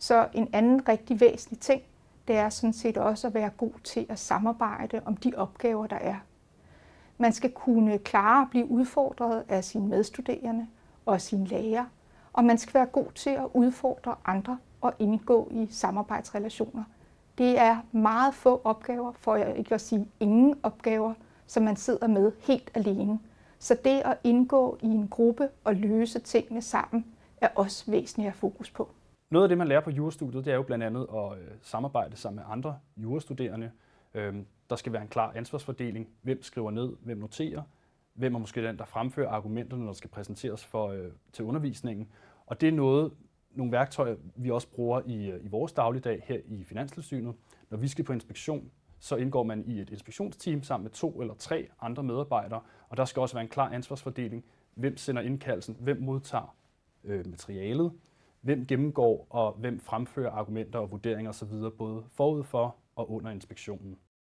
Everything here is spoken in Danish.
Så en anden rigtig væsentlig ting, det er sådan set også at være god til at samarbejde om de opgaver, der er. Man skal kunne klare at blive udfordret af sine medstuderende og sine lærere, og man skal være god til at udfordre andre og indgå i samarbejdsrelationer. Det er meget få opgaver, for ikke at sige ingen opgaver, som man sidder med helt alene. Så det at indgå i en gruppe og løse tingene sammen, er også væsentligt at have fokus på. Noget af det, man lærer på jurastudiet, det er jo blandt andet at samarbejde sammen med andre jurastuderende. Der skal være en klar ansvarsfordeling. Hvem skriver ned, hvem noterer, hvem er måske den, der fremfører argumenterne, når der skal præsenteres til undervisningen. Og det er nogle værktøjer, vi også bruger i vores dagligdag her i Finanstilsynet. Når vi skal på inspektion, så indgår man i et inspektionsteam sammen med 2 eller 3 andre medarbejdere, og der skal også være en klar ansvarsfordeling. Hvem sender indkaldelsen, hvem modtager materialet, hvem gennemgår og hvem fremfører argumenter og vurderinger osv., både forud for og under inspektionen.